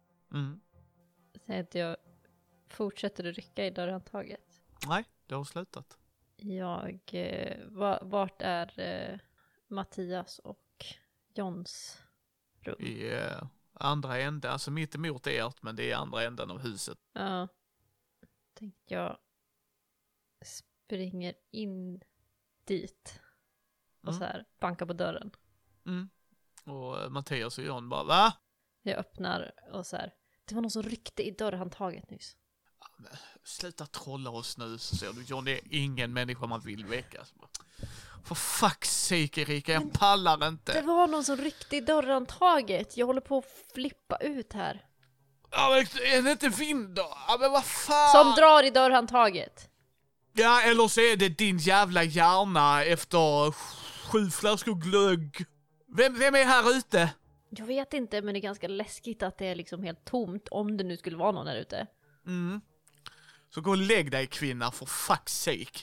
Så att jag fortsätter att rycka i dörrhandtaget. Nej, det har slutat. Vart är Mattias och Johns rum? I andra änden, alltså mitt emot ert, men det är andra änden av huset. Ja. Tänkte jag springer in dit och så här bankar på dörren. Och Mattias och John bara, va? Jag öppnar och så här, det var någon som ryckte i dörrhandtaget nyss. Sluta trolla oss nu, så ser du. John, det är ingen människa man vill väcka. För fuck's sake, Erika, jag pallar inte. Det var någon som ryckte i dörrhandtaget. Jag håller på att flippa ut här. Ja, men är det inte vind då? Ja, men vad fan? Som drar i dörrhandtaget. Ja, eller så är det din jävla hjärna efter 7 flaskor glögg. Vem är här ute? Jag vet inte, men det är ganska läskigt att det är liksom helt tomt om det nu skulle vara någon där ute. Så gå och lägg dig, kvinna, för fuck's sake.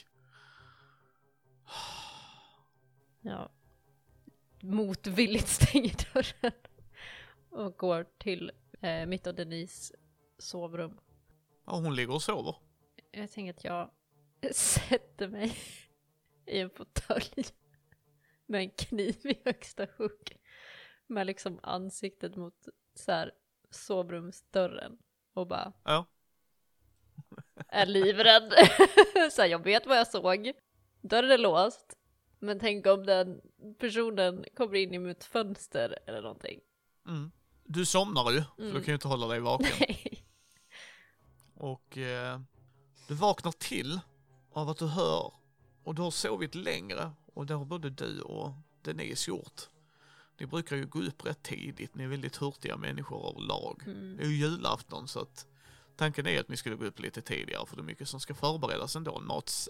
Ja. Motvilligt stänger dörren. Och går till mitt och Denise sovrum. Ja, hon ligger och sover. Jag tänker att jag sätter mig i en fåtölj med en kniv i högsta hugg. Med liksom ansiktet mot så här sovrumsdörren. Och bara är livrädd. Så här, jag vet vad jag såg. Dörren är låst. Men tänk om den personen kommer in i mitt fönster eller någonting. Du somnar ju, så du kan ju inte hålla dig vaken. Nej. Och du vaknar till av att du hör, och du har sovit längre, och det har både du och Denise gjort. Ni brukar ju gå upp rätt tidigt, ni är väldigt hurtiga människor av lag. Det är ju julafton, så att tanken är att ni skulle gå upp lite tidigare, för det är mycket som ska förberedas ändå.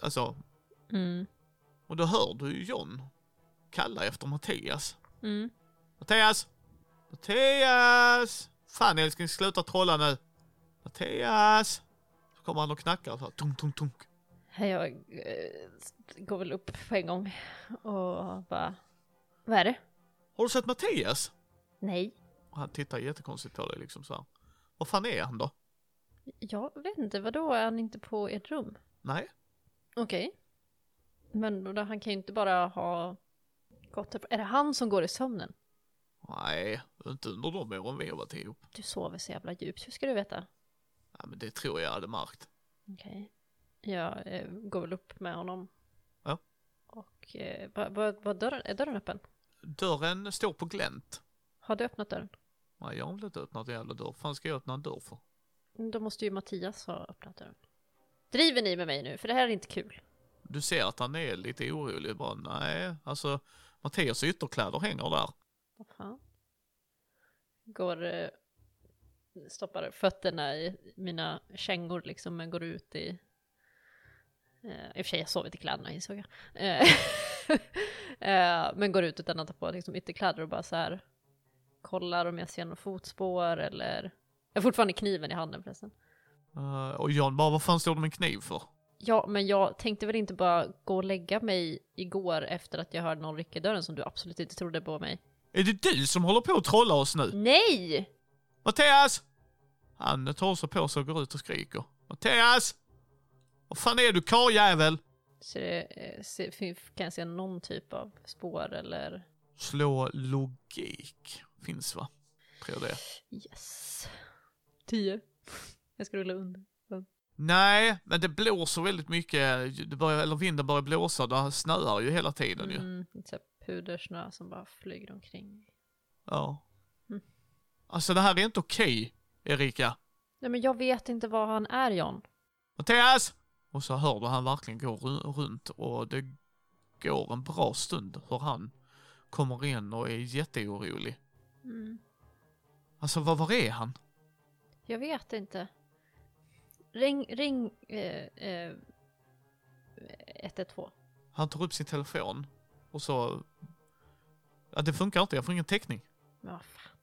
Och då hör du ju John kalla efter Mattias. Mattias! Mattias! Fan älskling, sluta trolla nu. Mattias! Så kommer han och knackar och så här, tunk, tunk, tunk. Jag går väl upp på en gång och bara, vad är det? Har du sett Mattias? Nej. Och han tittar jättekonstigt på dig liksom så här. Vad fan är han då? Jag vet inte, vadå, är han inte på ert rum? Nej. Okej. Men då, han kan ju inte bara ha gått upp. Är det han som går i sömnen? Nej, inte under de åren vi har varit ihop. Du sover så jävla djupt, hur ska du veta? Ja, men det tror jag hade märkt. Okej. Jag går väl upp med honom. Ja. Och vad dörren, är dörren öppen? Dörren står på glänt. Har du öppnat dörren? Nej, jag har väl inte öppnat en jävla dörr. Fan ska jag öppna en dörr för? Då måste ju Mattias ha öppnat dörren. Driver ni med mig nu? För det här är inte kul. Du ser att han är lite orolig. Bara, nej, alltså Mattias ytterkläder hänger där. Vad fan? Stoppar fötterna i mina kängor liksom, men går ut i och för sig jag sovit i kläderna, insåg jag. Men går ut utan att ta på liksom ytterkläder och bara så här kollar om jag ser någon fotspår eller. Jag har fortfarande kniven i handen förresten. Och John bara, vad fan står det med en kniv för? Ja, men jag tänkte väl inte bara gå och lägga mig igår efter att jag hörde någon rycka i dörren som du absolut inte trodde på mig. Är det du som håller på att trolla oss nu? Nej! Mattias! Han tar sig på sig och går ut och skriker. Mattias! Vad fan är du, karljävel? Så kan jag se någon typ av spår eller? Slå logik. Finns va? Tror det. Yes. 10. Jag ska rulla under. Nej, men det blåser väldigt mycket. Vinden börjar blåsa. Det snöar ju hela tiden ju. Lite så här pudersnö som bara flyger omkring. Ja. Mm. Alltså det här är inte okej, Erika. Nej, men jag vet inte var han är, John. Mattias! Och så hör du han verkligen gå runt och det går en bra stund hur han kommer in och är jätteorolig. Alltså var är han? Jag vet inte. Ring 112. Han tar upp sin telefon och så... Ja, det funkar inte, jag får ingen täckning. Men vad fan.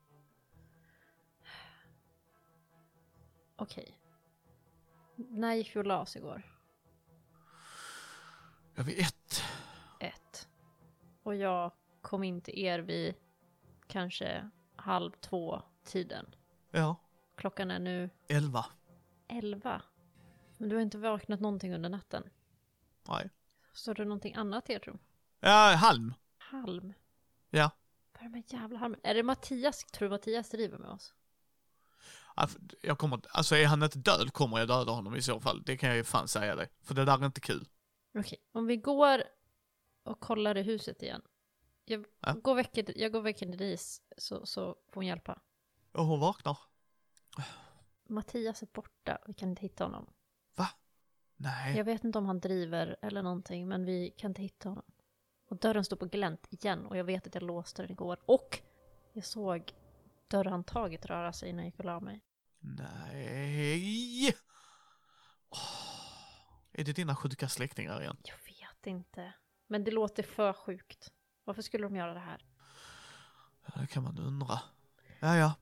Okej. När gick vi och la oss igår? Jag vet. 1. Och jag kom in till er vid kanske 1:30 tiden. Ja. Klockan är nu 11. 11. Men du har inte vaknat någonting under natten. Nej. Så du någonting annat i ert rum? Ja, halm. Halm? Ja. Vad är de här jävla halmen? Är det Mattias? Tror du Mattias driver med oss? Alltså är han inte död kommer jag döda honom i så fall. Det kan jag ju fan säga dig. För det där är inte kul. Okej, om vi går och kollar i huset igen. Jag går väcker Denise så får hon hjälpa. Och hon vaknar. Mattias är borta, vi kan inte hitta honom. Va? Nej. Jag vet inte om han driver eller någonting, men vi kan inte hitta honom. Och dörren står på glänt igen och jag vet att jag låste den igår. Och jag såg dörrhandtaget röra sig när jag gick och la mig. Nej. Är det dina sjuka släktingar igen? Jag vet inte. Men det låter för sjukt. Varför skulle de göra det här? Ja, det kan man undra. Ja.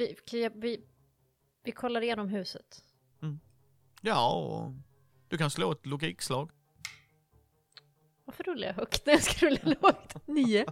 Vi kollar igenom huset. Ja, och du kan slå ett logikslag. Varför rullar jag högt när jag ska rulla lågt? 9.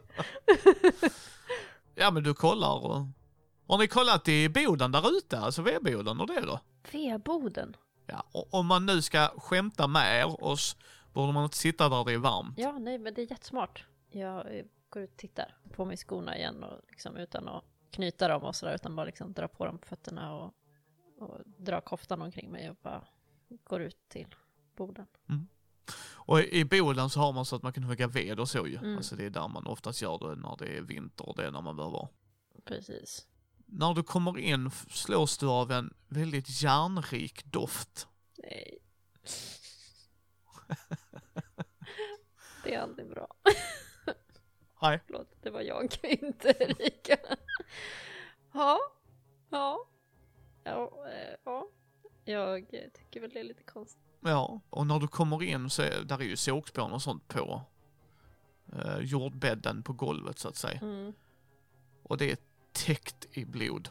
Ja, men du kollar och... Har ni kollat i boden där ute? Alltså vedboden och det då? Vedboden? Ja, och om man nu ska skämta med oss borde man inte sitta där det är varmt. Ja, nej, men det är jättesmart. Jag går ut och tittar på mig skorna igen och liksom utan att knyta dem och sådär, utan bara liksom dra på dem på fötterna och dra koftan omkring mig och bara går ut till boden. Och i boden så har man så att man kan hugga ved och så ju. Alltså det är där man oftast gör det när det är vinter och det är när man behöver vara. Precis. När du kommer in slås du av en väldigt järnrik doft. Nej. Det är aldrig bra. Nej. Förlåt, det var jag, inte Erika. Ja. Jag tycker väl det är lite konstigt. Ja, och när du kommer in så där är ju sågspån och sånt på jordbädden på golvet så att säga. Och det är täckt i blod.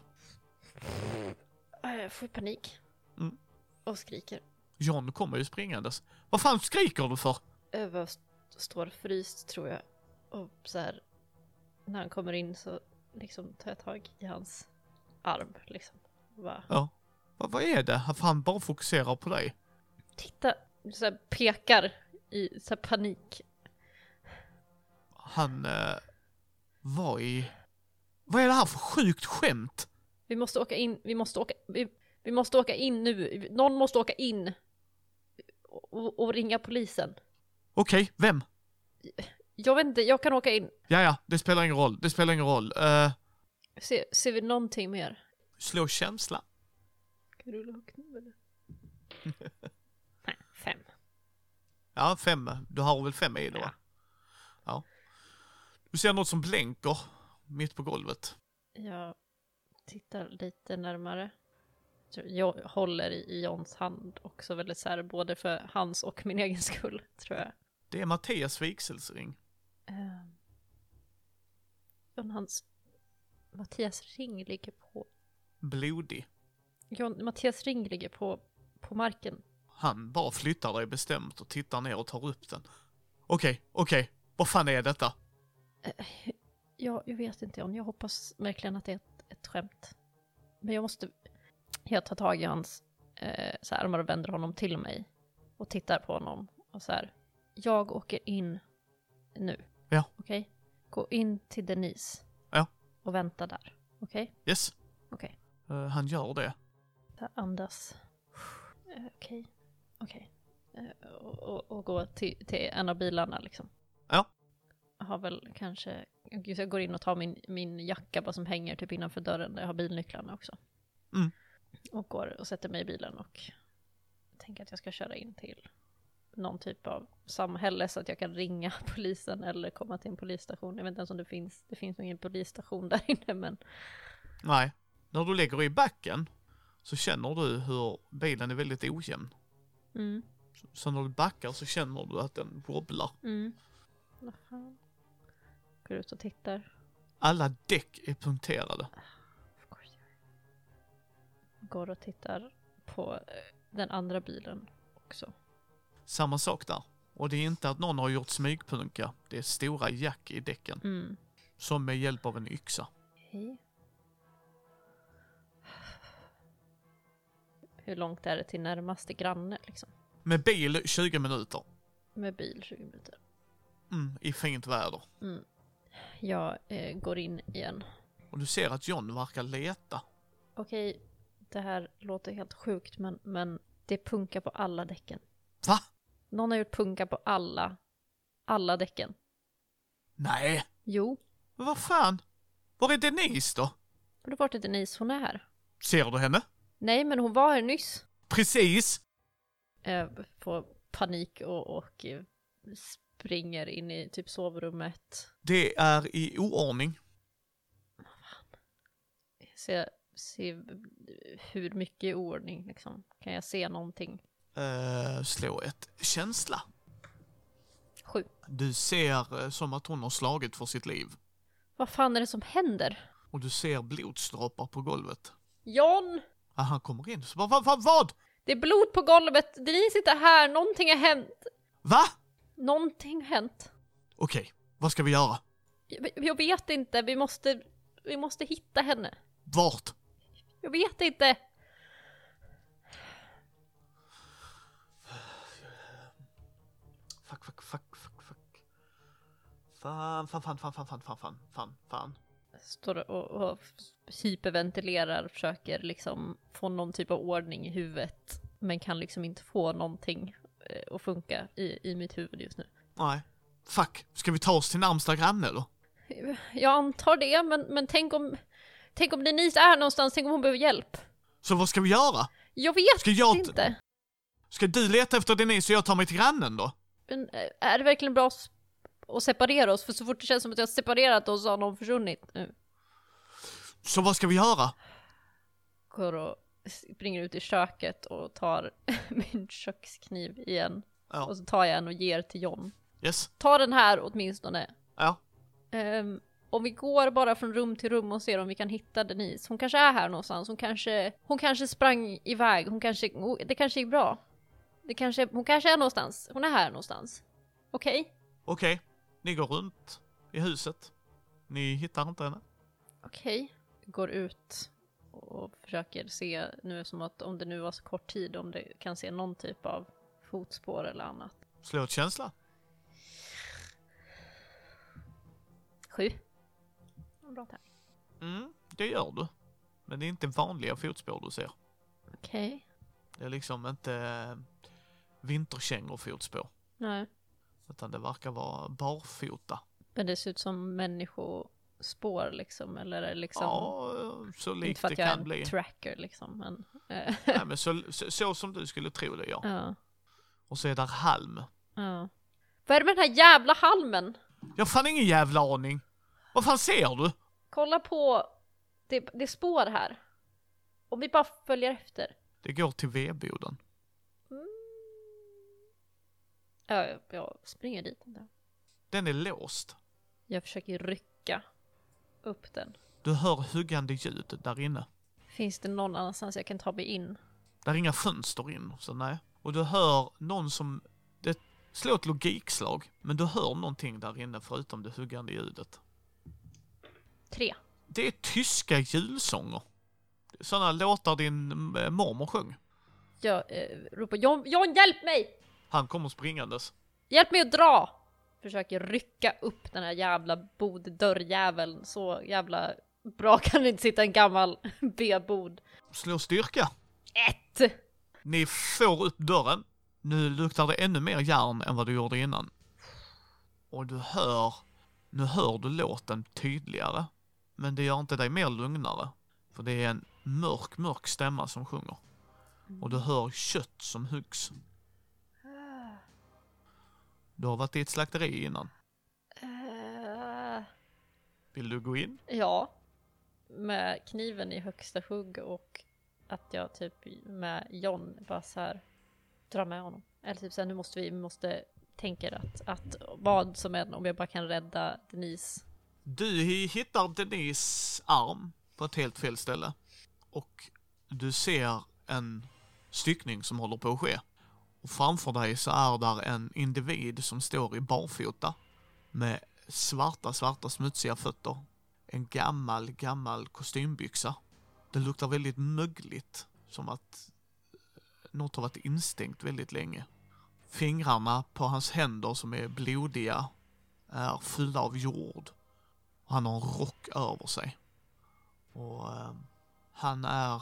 Jag får panik. Och skriker. John kommer ju springandes. Vad fan skriker du för? Jag står fryst tror jag. Och så här, när han kommer in så liksom tar jag tag i hans arm liksom. Bara, Ja. Vad är det? Han bara fokuserar på dig. titta, så här, pekar i så här panik. Han vad är det här för sjukt skämt? Vi måste åka in nu. Någon måste åka in och ringa polisen. Okej, vem? Jag vet inte, jag kan åka in. Ja, det spelar ingen roll. Ser vi någonting mer? Slå känsla. Kan du rulla högt nu eller? Nej, 5. Ja, 5. Du har väl 5 i då? Ja. Ja. Du ser något som blänker mitt på golvet. Jag tittar lite närmare. Jag håller i Johns hand också väldigt så här, både för hans och min egen skull, tror jag. Det är Mattias vigselsring. Mattias ring ligger på... Blodig. Mattias ring ligger på marken. Han bara flyttar dig bestämt och tittar ner och tar upp den. Okej. Vad fan är detta? Jag vet inte, John. Jag hoppas verkligen att det är ett skämt. Men jag tar tag i hans så här, armar och vänder honom till mig. Och tittar på honom. Och så här, jag åker in nu. Ja. Okej? gå in till Denise. Ja. Och vänta där. Okej? Yes. Okej. Han gör det. Där andas. Okej. Och gå till en av bilarna liksom. Ja. Jag har väl kanske... Jag går in och tar min jacka bara som hänger typ innanför dörren där jag har bilnycklarna också. Mm. Och går och sätter mig i bilen och tänker att jag ska köra in till någon typ av samhälle så att jag kan ringa polisen eller komma till en polisstation. Jag vet inte ens om det finns ingen polisstation där inne, men... Nej. När du lägger i backen så känner du hur bilen är väldigt ojämn. Mm. Så när du backar så känner du att den wobblar. Vad fan? Går ut och tittar. Alla däck är punkterade. Of course. Går och tittar på den andra bilen också. Samma sak där. Och det är inte att någon har gjort smygpunka. Det är stora jack i däcken. Som med hjälp av en yxa. Hej. Hur långt är det till närmaste granne liksom? Med bil 20 minuter. Med bil 20 minuter. I fint väder. Jag går in igen. Och du ser att John verkar leta. Okej, det här låter helt sjukt, men det punkar på alla däcken. Va? Någon har gjort punka på alla däcken. Nej. Jo. Men vad fan? Var är Denise då? Har du varit till Denise? Hon är här. Ser du henne? Nej, men hon var här nyss. Precis. Får panik och springer in i typ sovrummet. Det är i oordning. Se hur mycket i ordning liksom. Kan jag se någonting? Slå ett känsla. 7. Du ser som att hon har slagit för sitt liv. Vad fan är det som händer? Och du ser blodsdroppar på golvet. John! Han kommer in. Så vad? Det är blod på golvet. Denise inte här. Någonting har hänt. Va? Någonting har hänt. Okej, vad ska vi göra? Jag vet inte. Vi måste hitta henne. Vart? Jag vet inte. Fuck. Fan. Står och hyperventilerar, försöker liksom få någon typ av ordning i huvudet, men kan liksom inte få någonting att funka i mitt huvud just nu. Nej. Fuck, ska vi ta oss till närmsta granne då? Jag antar det, men tänk om Denise är någonstans, tänk om hon behöver hjälp. Så vad ska vi göra? Jag vet inte. Ska du leta efter Denise och jag tar mig till grannen då? Men är det verkligen bra att separera oss? För så fort det känns som att jag har separerat oss så har någon försvunnit nu. Så vad ska vi göra? Går och springer ut i köket och tar min kökskniv igen. Ja. Och så tar jag en och ger till John. Yes. Ta den här åtminstone. Ja. Om vi går bara från rum till rum och ser om vi kan hitta Denise. Hon kanske är här någonstans. Hon kanske sprang iväg. Det kanske gick bra. Hon kanske är någonstans. Hon är här någonstans. Okej? Ni går runt i huset. Ni hittar inte henne. Okej. Går ut och försöker se, nu som att om det nu var så kort tid, om det kan se någon typ av fotspår eller annat. Slå ett känsla. 7. Bra tack. Det gör du. Men det är inte vanliga fotspår du ser. Okej. Det är liksom inte vinterkängor fotspår. Nej. Utan det verkar vara barfota. Men det ser ut som människospår liksom, eller är det liksom... Ja, så likt inte för det att jag kan är bli. en tracker liksom, men... Nej, men så som du skulle tro det, ja. Ja. Och så är där halm. Ja. Vad är det med den här jävla halmen? Jag har fan ingen jävla aning. Vad fan ser du? Kolla på det spår här. Om vi bara följer efter. Det går till vedboden. Ja, jag springer dit. Den är låst. Jag försöker rycka upp den. Du hör huggande ljud där inne. Finns det någon annanstans jag kan ta mig in? Där är inga fönster in, så nej. Och du hör någon som... Det slår ett logikslag, men du hör någonting där inne förutom det huggande ljudet. 3. Det är tyska julsånger. Sådana låtar din mormor sjöng. Jag ropar, John, hjälp mig! Han kommer springandes. Hjälp mig att dra! försöker rycka upp den här jävla boddörrjäveln. Så jävla bra kan det inte sitta en gammal B-bod. Slå styrka. 1! Ni får upp dörren. Nu luktar det ännu mer järn än vad du gjorde innan. Och nu hör du låten tydligare. Men det gör inte dig mer lugnare. För det är en mörk stämma som sjunger. Och du hör kött som huggs. Du har varit i ett slakteri innan. Vill du gå in? Ja. Med kniven i högsta hugg och att jag typ med John bara så här drar med honom. Eller typ så här, nu vi måste tänka att vad som än, om jag bara kan rädda Denise. Du hittar Denise arm på ett helt fel ställe. Och du ser en styckning som håller på att ske. Och framför dig så är där en individ som står i barfota med svarta smutsiga fötter. En gammal kostymbyxa. Det luktar väldigt mögligt, som att något har varit instängt väldigt länge. Fingrarna på hans händer som är blodiga är fyllda av jord. Han har en rock över sig. Och han är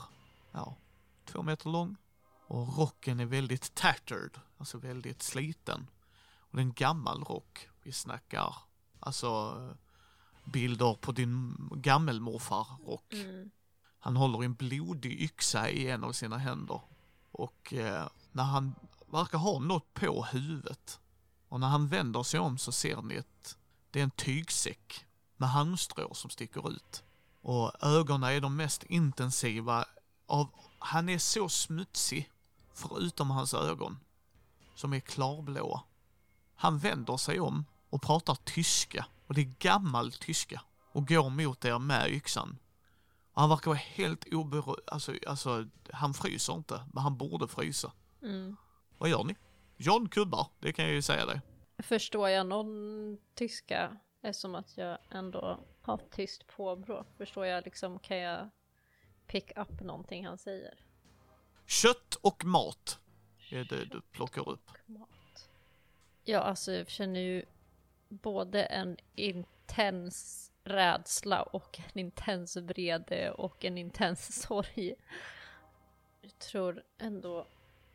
2 meter lång. Och rocken är väldigt tattered, alltså väldigt sliten. Och det är en gammal rock. Vi snackar alltså bilder på din gammelmorfar rock. Han håller en blodig yxa i en av sina händer. Och när han verkar ha något på huvudet. Och när han vänder sig om så ser ni det är en tygsäck med halmstrå som sticker ut. Och ögonen är de mest intensiva han är så smutsig förutom hans ögon som är klarblåa. Han vänder sig om och pratar tyska, och det är gammal tyska, och går mot er med yxan. Och han verkar vara helt oberörd, alltså han fryser inte, men han borde frysa. Vad gör ni? John kubbar, det kan jag ju säga dig. Förstår jag någon tyska? Eftersom att jag ändå har tyst påbrå. Förstår jag liksom, kan jag pick up någonting han säger? Kött och mat är det du plockar upp. Mat. Ja, alltså jag känner ju både en intens rädsla och en intens vrede och en intens sorg. Jag tror ändå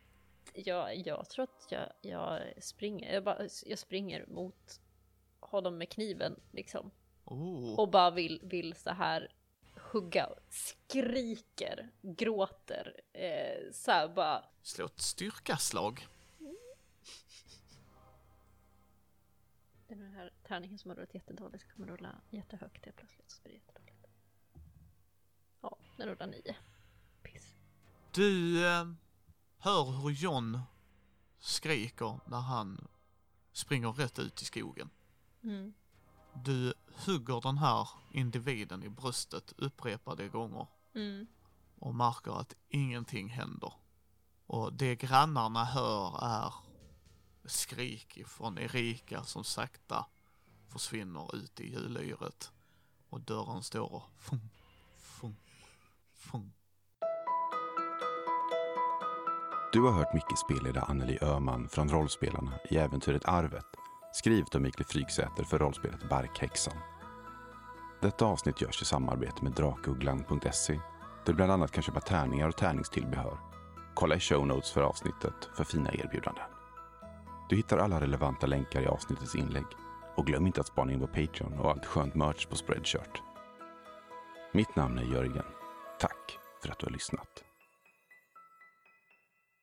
jag tror att jag springer. Jag springer mot honom med kniven liksom. Och bara vill så här hugga, skriker, gråter, så här bara. Slå ett styrkaslag. Den här tärningen som har rullat jättedåligt kommer rulla jättehögt helt plötsligt, så blir det jättedåligt. Ja, den rullar 9. Piss. Du hör hur John skriker när han springer rätt ut i skogen. Du hugger den här individen i bröstet upprepade gånger. Och märker att ingenting händer. Och det grannarna hör är skrik från Erika som sakta försvinner ut i julyret. Och dörren står och fum, fum, fum. Du har hört Micke spelleda Anneli Öhman från Rollspelarna i äventyret Arvet, skrivet av Mikael Fryksäter för rollspelet Barkhäxan. Detta avsnitt görs i samarbete med drakugglan.se, där du bland annat kan köpa tärningar och tärningstillbehör. Kolla i show notes för avsnittet för fina erbjudanden. Du hittar alla relevanta länkar i avsnittets inlägg, och glöm inte att spana in på Patreon och allt skönt merch på Spreadshirt. Mitt namn är Jörgen. Tack för att du har lyssnat.